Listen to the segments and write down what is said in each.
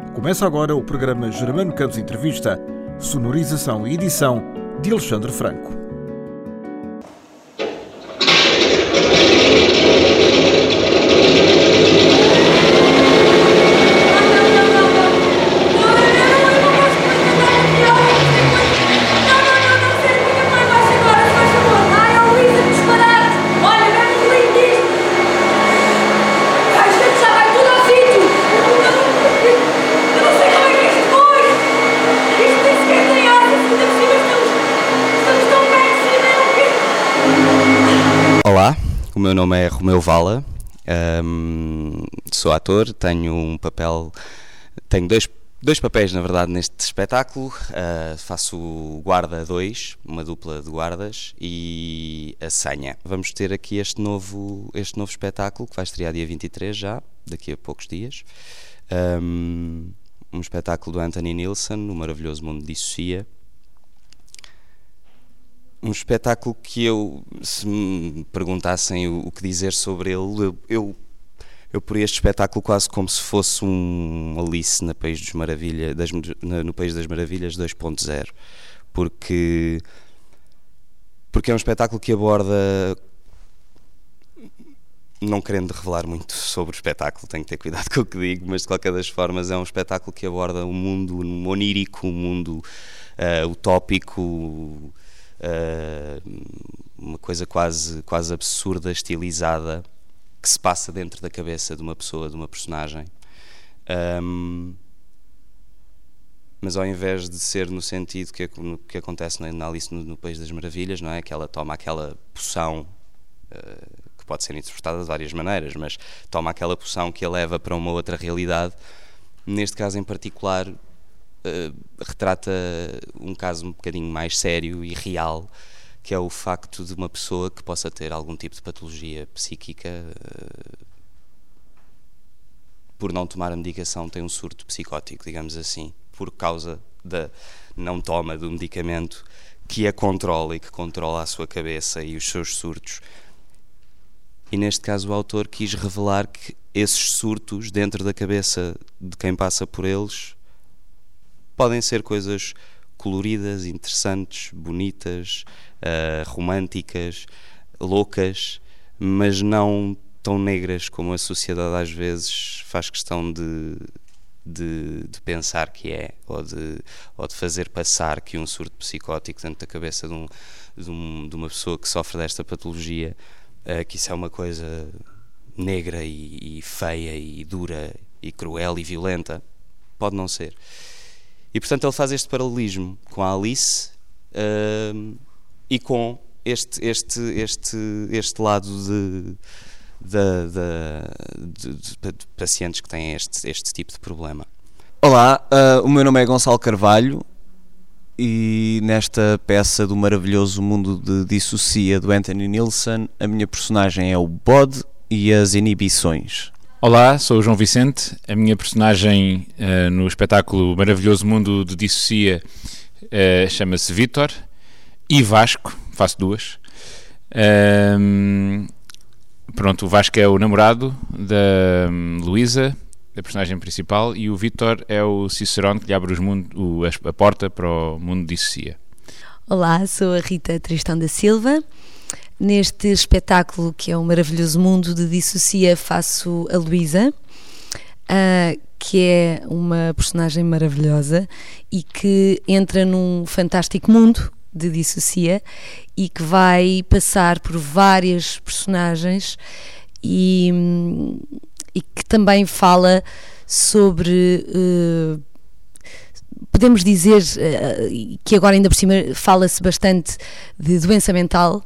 Começa agora o programa Germano Campos Entrevista, sonorização e edição de Alexandre Franco. Olá, o meu nome é Romeu Vala, sou ator, tenho dois papéis na verdade neste espetáculo, faço o Guarda 2, uma dupla de guardas, e a Senha. Vamos ter aqui este novo espetáculo que vai estrear dia 23 já, daqui a poucos dias, um espetáculo do Anthony Nilsson, O Maravilhoso Mundo de Dissocia. Um espetáculo que se me perguntassem o que dizer sobre ele, eu por este espetáculo quase como se fosse um Alice no País das Maravilhas 2.0, porque é um espetáculo que aborda, não querendo revelar muito sobre o espetáculo, tenho que ter cuidado com o que digo, mas de qualquer das formas é um espetáculo que aborda um mundo onírico, um mundo utópico, uma coisa quase absurda, estilizada, que se passa dentro da cabeça de uma pessoa, de uma personagem, mas ao invés de ser no sentido que acontece na Alice no País das Maravilhas, não é? Que ela toma aquela poção, que pode ser interpretada de várias maneiras, mas toma aquela poção que a leva para uma outra realidade. Neste caso em particular, retrata um caso um bocadinho mais sério e real, que é o facto de uma pessoa que possa ter algum tipo de patologia psíquica, por não tomar a medicação tem um surto psicótico, digamos assim, por causa da não toma do medicamento que a controla e que controla a sua cabeça e os seus surtos. E neste caso o autor quis revelar que esses surtos dentro da cabeça de quem passa por eles podem ser coisas coloridas, interessantes, bonitas, românticas, loucas, mas não tão negras como a sociedade às vezes faz questão de pensar que é, ou de fazer passar que um surto psicótico dentro da cabeça de uma pessoa que sofre desta patologia, que isso é uma coisa negra e feia e dura e cruel e violenta. Pode não ser. E portanto ele faz este paralelismo com a Alice, e com este lado de pacientes que têm este tipo de problema. Olá, o meu nome é Gonçalo Carvalho e nesta peça do Maravilhoso Mundo de Dissocia do Anthony Nilsson, a minha personagem é o Bode e as Inibições. Olá, sou o João Vicente. A minha personagem no espetáculo Maravilhoso Mundo de Dissocia chama-se Vítor e Vasco, faço duas. O Vasco é o namorado da Luísa, a personagem principal, e o Vítor é o Cicerone que lhe abre a porta para o mundo de Dissocia. Olá, sou a Rita Tristão da Silva. Neste espetáculo, que é o Maravilhoso Mundo de Dissocia, faço a Luísa, que é uma personagem maravilhosa e que entra num fantástico mundo de Dissocia e que vai passar por várias personagens e que também fala sobre... podemos dizer que agora ainda por cima fala-se bastante de doença mental,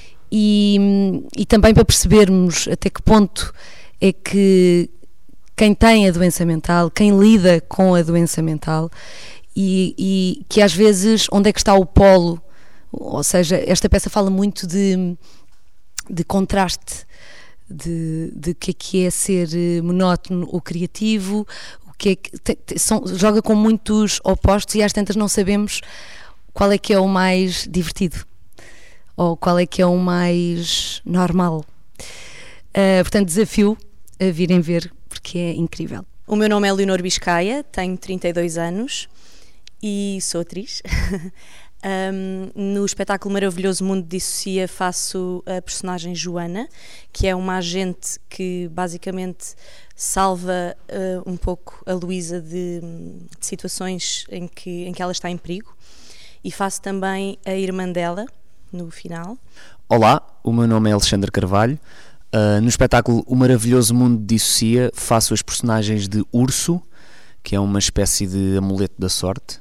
e também para percebermos até que ponto é que quem tem a doença mental, quem lida com a doença mental, e que às vezes onde é que está o polo, ou seja, esta peça fala muito de contraste, de que é ser monótono ou criativo, o que é que joga com muitos opostos e às tantas não sabemos qual é que é o mais divertido ou qual é que é o mais normal. Portanto, desafio a virem ver, porque é incrível. O meu nome é Leonor Biscaia, tenho 32 anos e sou atriz. No espetáculo Maravilhoso Mundo Dissocia faço a personagem Joana, que é uma agente que basicamente salva um pouco a Luísa de situações em que ela está em perigo, e faço também a irmã dela no final. Olá, o meu nome é Alexandre Carvalho. No espetáculo O Maravilhoso Mundo Dissocia faço as personagens de Urso, que é uma espécie de amuleto da sorte,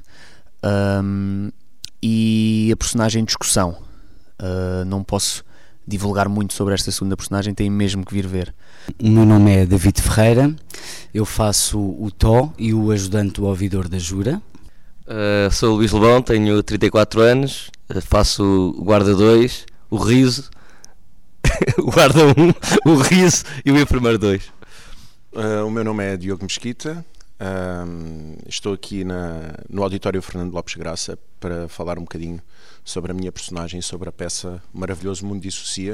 e a personagem Discussão. Não posso divulgar muito sobre esta segunda personagem, tem mesmo que vir ver. O meu nome é David Ferreira, eu faço o Tó e o ajudante do ouvidor da Jura. Sou o Luís Lebão, tenho 34 anos, faço o Guarda 2, o Riso, o Guarda 1, o Riso e o Enfermeiro 2. O meu nome é Diogo Mesquita. Estou aqui no Auditório Fernando Lopes Graça para falar um bocadinho sobre a minha personagem, sobre a peça Maravilhoso Mundo Dissocia,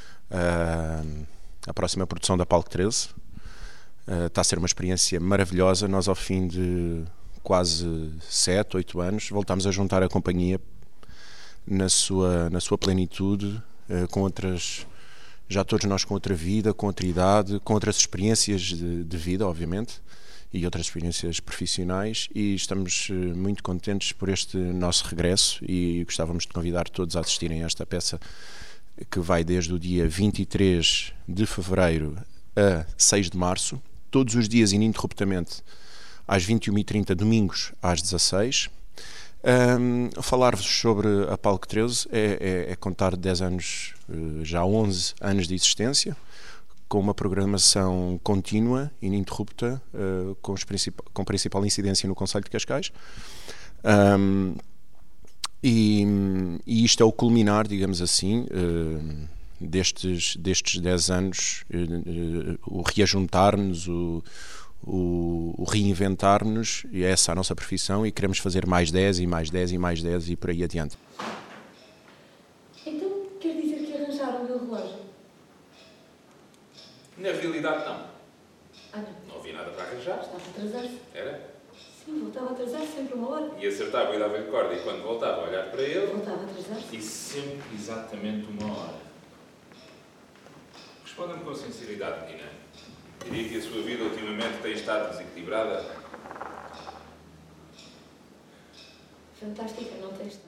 a próxima produção da Palco 13. Está a ser uma experiência maravilhosa. Nós, ao fim de quase 7, 8 anos, voltámos a juntar a companhia na sua plenitude, com outras, já todos nós com outra vida, com outra idade, com outras experiências de vida, obviamente, e outras experiências profissionais, e estamos muito contentes por este nosso regresso e gostávamos de convidar todos a assistirem a esta peça, que vai desde o dia 23 de fevereiro a 6 de março, todos os dias ininterruptamente, às 21h30, domingos às 16h. Falar-vos sobre a Palco 13 é contar 10 anos, já 11 anos de existência, com uma programação contínua, ininterrupta, com principal incidência no concelho de Cascais. E isto é o culminar, digamos assim, destes 10 anos, o reajuntar-nos, o reinventar-nos, e é essa a nossa profissão, e queremos fazer mais 10 e mais 10 e mais 10 e por aí adiante. Então quer dizer que arranjaram o meu relógio? Na realidade, não. Não. Não havia nada para arranjar. Estava a atrasar-se. Era? Sim, voltava a atrasar-se sempre uma hora. E acertava e dava-lhe corda, e quando voltava a olhar para ele... Voltava a atrasar-se. E sempre exatamente uma hora. Responda-me com sinceridade, menina. Diria que a sua vida ultimamente tem estado desequilibrada? Fantástica, não tem estado.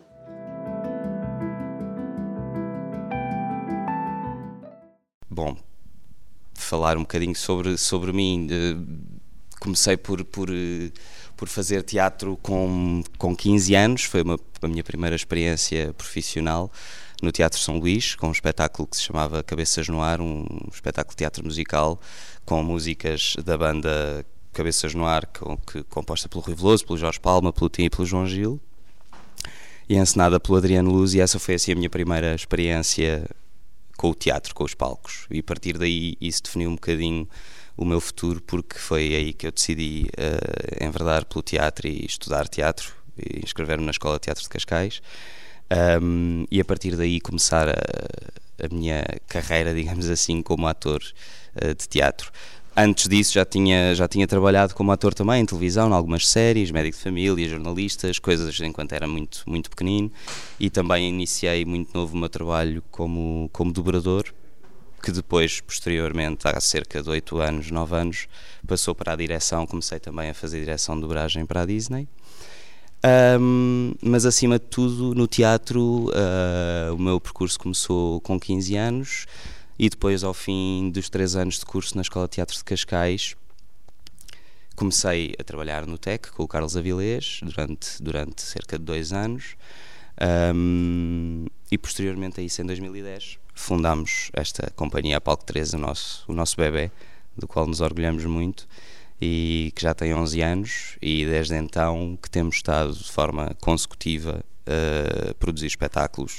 Bom, falar um bocadinho sobre mim. Comecei por fazer teatro com 15 anos, foi a minha primeira experiência profissional no Teatro São Luís, com um espetáculo que se chamava Cabeças no Ar, um espetáculo de teatro musical com músicas da banda Cabeças no Ar, composta pelo Rui Veloso, pelo Jorge Palma, pelo Tim e pelo João Gil, e encenada pelo Adriano Luz, e essa foi assim a minha primeira experiência com o teatro, com os palcos, e a partir daí isso definiu um bocadinho o meu futuro, porque foi aí que eu decidi enverdar pelo teatro e estudar teatro, e inscrever-me na Escola de Teatro de Cascais, e a partir daí começar a minha carreira, digamos assim, como ator de teatro. Antes disso já tinha trabalhado como ator também em televisão, em algumas séries, médico de família, jornalistas, coisas enquanto era muito, muito pequenino, e também iniciei muito novo o meu trabalho como dobrador, que depois, posteriormente, há cerca de 8 anos, 9 anos, passou para a direção. Comecei também a fazer direção de dobragem para a Disney. Mas acima de tudo, no teatro, o meu percurso começou com 15 anos, e depois, ao fim dos 3 anos de curso na Escola de Teatro de Cascais, comecei a trabalhar no TEC com o Carlos Avilés durante cerca de 2 anos, e posteriormente a isso, em 2010, fundámos esta companhia, a Palco 13, o nosso bebé, do qual nos orgulhamos muito, e que já tem 11 anos, e desde então que temos estado de forma consecutiva a produzir espetáculos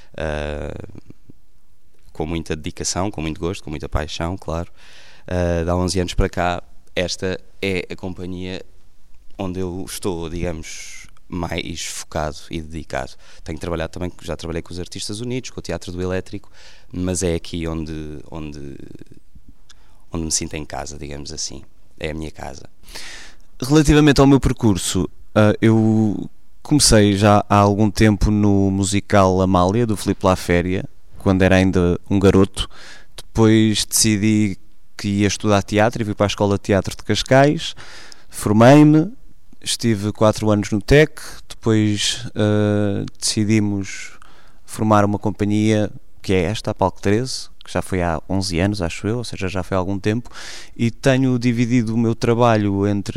com muita dedicação, com muito gosto, com muita paixão, claro. De há 11 anos para cá, esta é a companhia onde eu estou, digamos, mais focado e dedicado. Tenho trabalhado também, já trabalhei com os Artistas Unidos, com o Teatro do Elétrico, mas é aqui onde me sinto em casa, digamos assim. é a minha casa. Relativamente ao meu percurso, eu comecei já há algum tempo no musical Amália, do Filipe Laféria, quando era ainda um garoto. Depois decidi que ia estudar teatro e fui para a Escola de Teatro de Cascais, formei-me, estive 4 anos no TEC, depois decidimos formar uma companhia que é esta, a Palco 13, que já foi há 11 anos, acho eu, ou seja, já foi há algum tempo, e tenho dividido o meu trabalho entre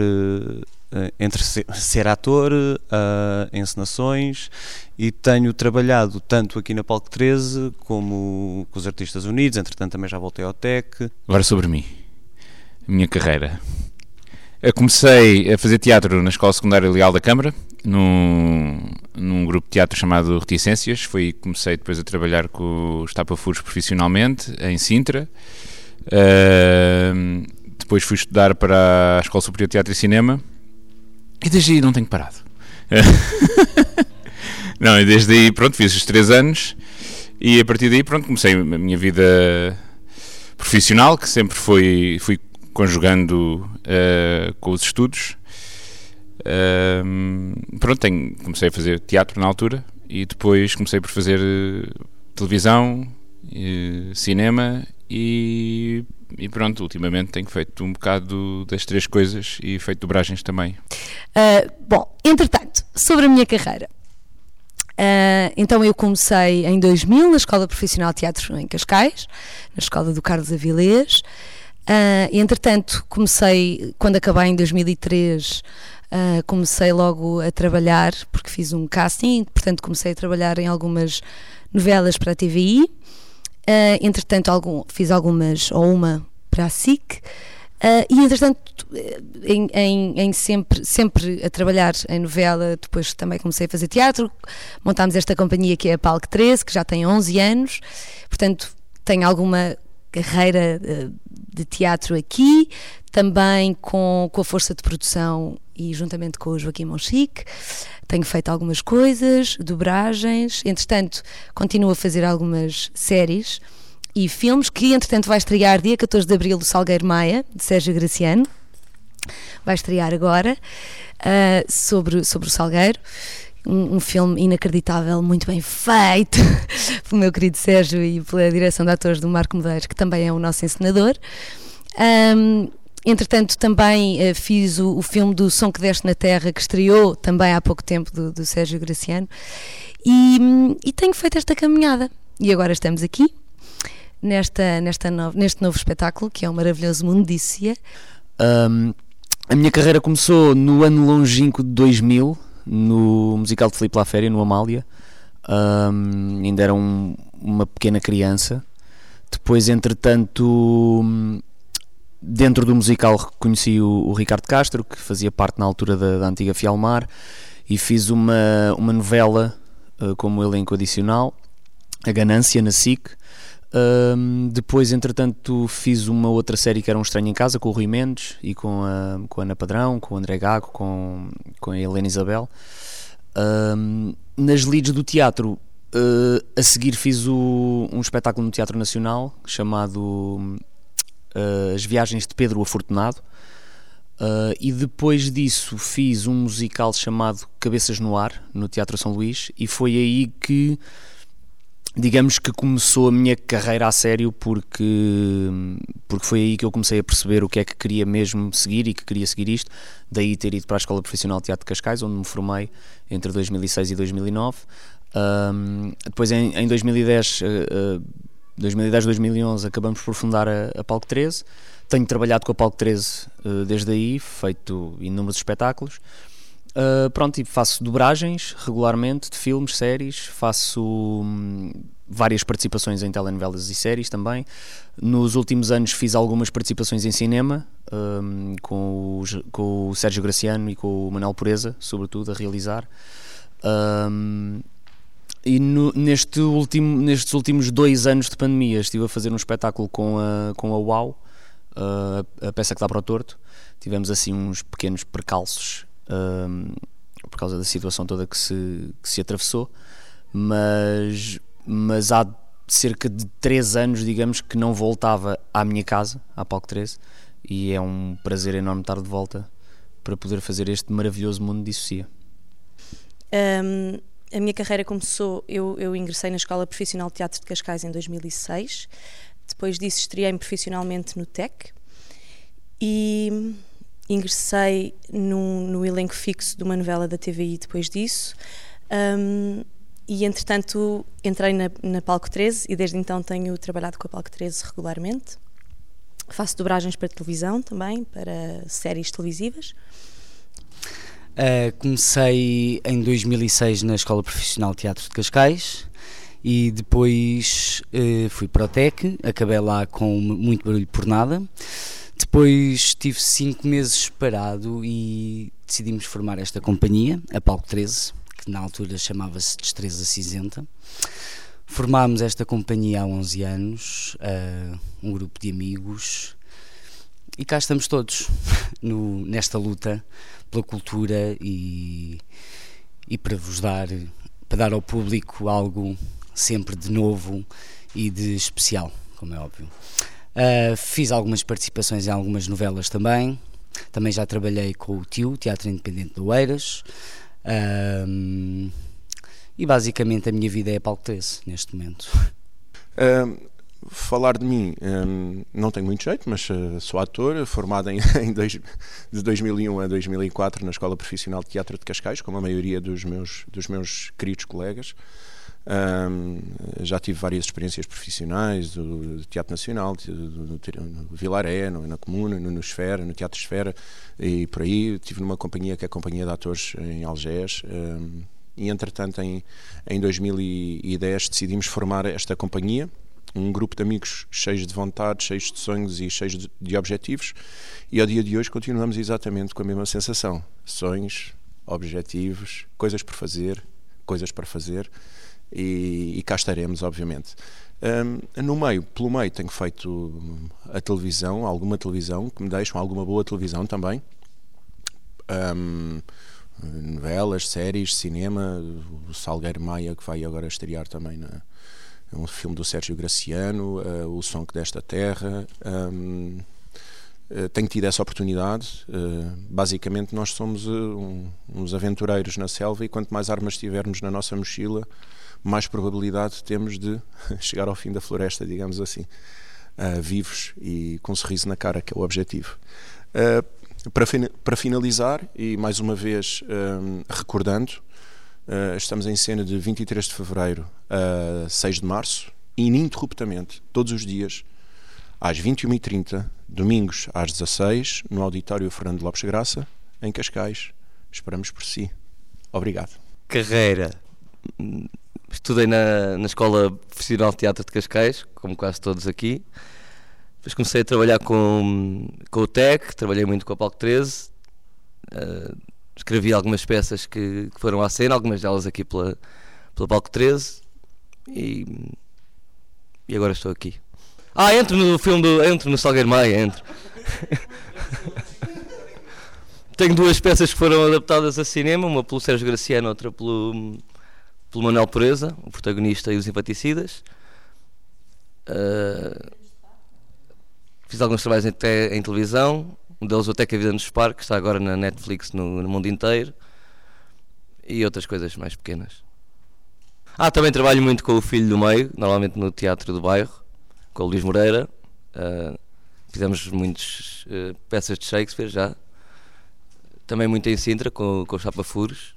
ser ator, encenações, e tenho trabalhado tanto aqui na Palco 13 como com os Artistas Unidos. Entretanto também já voltei ao TEC. Agora sobre mim, a minha carreira. Eu comecei a fazer teatro na Escola Secundária Leal da Câmara, num grupo de teatro chamado Reticências. Comecei depois a trabalhar com os Tapafuros profissionalmente, em Sintra. Depois fui estudar para a Escola Superior de Teatro e Cinema. E desde aí não tenho parado. Não, e desde aí, pronto, fiz os 3 anos. E a partir daí, pronto, comecei a minha vida profissional, que sempre fui conjugando com os estudos. Pronto, comecei a fazer teatro na altura e depois comecei por fazer televisão, cinema e pronto, ultimamente tenho feito um bocado das 3 coisas e feito dobragens também. Bom, entretanto, sobre a minha carreira. Então eu comecei em 2000 na Escola Profissional de Teatro em Cascais, na Escola do Carlos Avilés. Entretanto, comecei, quando acabei em 2003, comecei logo a trabalhar, porque fiz um casting, portanto comecei a trabalhar em algumas novelas para a TVI. Entretanto fiz algumas, ou uma para a SIC, e entretanto sempre a trabalhar em novela. Depois também comecei a fazer teatro, montámos esta companhia que é a Palco 13, que já tem 11 anos, portanto tenho alguma carreira de teatro aqui, também com a força de produção e juntamente com o Joaquim Monchique. Tenho feito algumas coisas, dobragens, entretanto continuo a fazer algumas séries e filmes, que entretanto vai estrear dia 14 de Abril, o Salgueiro Maia, de Sérgio Graciano, vai estrear agora, sobre o Salgueiro. Um filme inacreditável, muito bem feito pelo meu querido Sérgio e pela direção de atores do Marco Medeiros, que também é o nosso encenador. Entretanto também fiz o filme do Som que Deste na Terra, que estreou também há pouco tempo, do Sérgio Graciano, e tenho feito esta caminhada, e agora estamos aqui neste novo espetáculo, que é o Maravilhoso Mundo de Dissócia. A minha carreira começou no ano longínquo de 2000, no musical de Filipe Laféria, no Amália. Ainda era uma pequena criança. Depois, entretanto, dentro do musical reconheci o Ricardo Castro, que fazia parte na altura da antiga Fialmar, e fiz uma novela como elenco adicional, A Ganância, na SIC. Depois, entretanto, fiz uma outra série que era Um Estranho em Casa, com o Rui Mendes e com a Ana Padrão, com o André Gago, com a Helena Isabel. Nas leads do teatro, a seguir fiz um espetáculo no Teatro Nacional chamado As Viagens de Pedro o Afortunado, e depois disso fiz um musical chamado Cabeças no Ar, no Teatro São Luís, e foi aí que, digamos que começou a minha carreira a sério, porque foi aí que eu comecei a perceber o que é que queria mesmo seguir e que queria seguir isto. Daí ter ido para a Escola Profissional de Teatro de Cascais, onde me formei entre 2006 e 2009. Depois em 2010, 2011 acabamos por fundar a Palco 13. Tenho trabalhado com a Palco 13 desde aí, feito inúmeros espetáculos. Pronto, e faço dobragens regularmente de filmes, séries, faço várias participações em telenovelas e séries também. Nos últimos anos fiz algumas participações em cinema, com o Sérgio Graciano e com o Manuel Pureza, sobretudo, a realizar. E nestes últimos 2 anos de pandemia estive a fazer um espetáculo com a UAU, a peça que dá para o torto. Tivemos assim uns pequenos percalços por causa da situação toda que se atravessou, mas há cerca de 3 anos, digamos, que não voltava à minha casa, à Palco 13, e é um prazer enorme estar de volta para poder fazer este maravilhoso mundo de Dissocia. A minha carreira começou, eu ingressei na Escola Profissional de Teatro de Cascais em 2006, depois disso estreiei-me profissionalmente no TEC e ingressei no elenco fixo de uma novela da TVI depois disso, e entretanto entrei na Palco 13 e desde então tenho trabalhado com a Palco 13 regularmente. Faço dobragens para televisão também, para séries televisivas. Comecei em 2006 na Escola Profissional de Teatro de Cascais e depois fui para o TEC, acabei lá com muito barulho por nada. Depois estive 5 meses parado e decidimos formar esta companhia, a Palco 13, que na altura chamava-se Destreza Cinzenta. Formámos esta companhia há 11 anos, um grupo de amigos, e cá estamos todos nesta luta pela cultura e para dar ao público algo sempre de novo e de especial, como é óbvio. Fiz algumas participações em algumas novelas também já trabalhei com o TIO, Teatro Independente de Oeiras, e basicamente a minha vida é a Palco 13 neste momento. Falar de mim, não tenho muito jeito, mas sou ator, formado de 2001 a 2004 na Escola Profissional de Teatro de Cascais, como a maioria dos meus queridos colegas. Já tive várias experiências profissionais do Teatro Nacional, no Vilaré, na Comuna, no Esfera, no Teatro Esfera e por aí. Estive numa companhia que é a Companhia de Atores em Algés. E entretanto em 2010 decidimos formar esta companhia, um grupo de amigos cheios de vontade, cheios de sonhos e cheios de objetivos, e ao dia de hoje continuamos exatamente com a mesma sensação: sonhos, objetivos, coisas por fazer, coisas para fazer, e cá estaremos, obviamente. Pelo meio tenho feito a televisão, alguma televisão que me deixam, alguma boa televisão também, novelas, séries, cinema. O Salgueiro Maia, que vai agora estrear também um filme do Sérgio Graciano, O Som que Desta Terra. Tenho tido essa oportunidade. Basicamente nós somos uns aventureiros na selva, e quanto mais armas tivermos na nossa mochila, mais probabilidade temos de chegar ao fim da floresta, digamos assim, vivos e com um sorriso na cara, que é o objetivo. Para finalizar, e mais uma vez recordando, estamos em cena de 23 de fevereiro a 6 de março, ininterruptamente, todos os dias, às 21h30, domingos às 16h, no Auditório Fernando Lopes Graça, em Cascais. Esperamos por si. Obrigado. Carreira. Estudei na Escola Profissional de Teatro de Cascais, como quase todos aqui. Depois comecei a trabalhar com o TEC, trabalhei muito com a Palco 13, escrevi algumas peças que foram à cena, algumas delas aqui pela Palco 13, e agora estou aqui. Entro no filme entro no Salgueiro Maia, entro. Tenho 2 peças que foram adaptadas a cinema, uma pelo Sérgio Graciano, outra pelo Manuel Pureza, o protagonista e os Infanticidas. Fiz alguns trabalhos em televisão, um deles até que a Vida nos Parques, que está agora na Netflix no mundo inteiro, e outras coisas mais pequenas. Também trabalho muito com o Filho do Meio, normalmente no Teatro do Bairro, com o Luís Moreira. Fizemos muitas peças de Shakespeare já, também muito em Sintra com o Chapa Furos,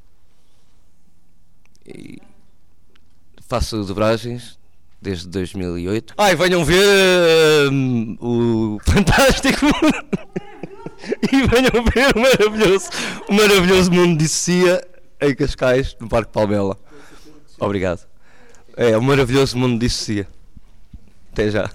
e faço dobragens desde 2008. E venham ver o Fantástico e venham ver o maravilhoso mundo de Dissocia em Cascais, no Parque Palmela. Obrigado. É o maravilhoso mundo de Dissocia. Até já.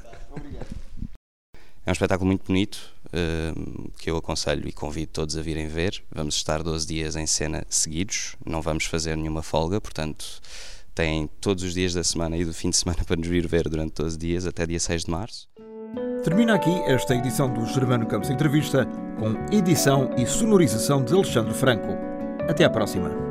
É um espetáculo muito bonito, que eu aconselho e convido todos a virem ver. Vamos estar 12 dias em cena seguidos, não vamos fazer nenhuma folga, portanto têm todos os dias da semana e do fim de semana para nos vir ver durante 12 dias, até dia 6 de março. Termina aqui esta edição do Germano Campos Entrevista, com edição e sonorização de Alexandre Franco. Até à próxima.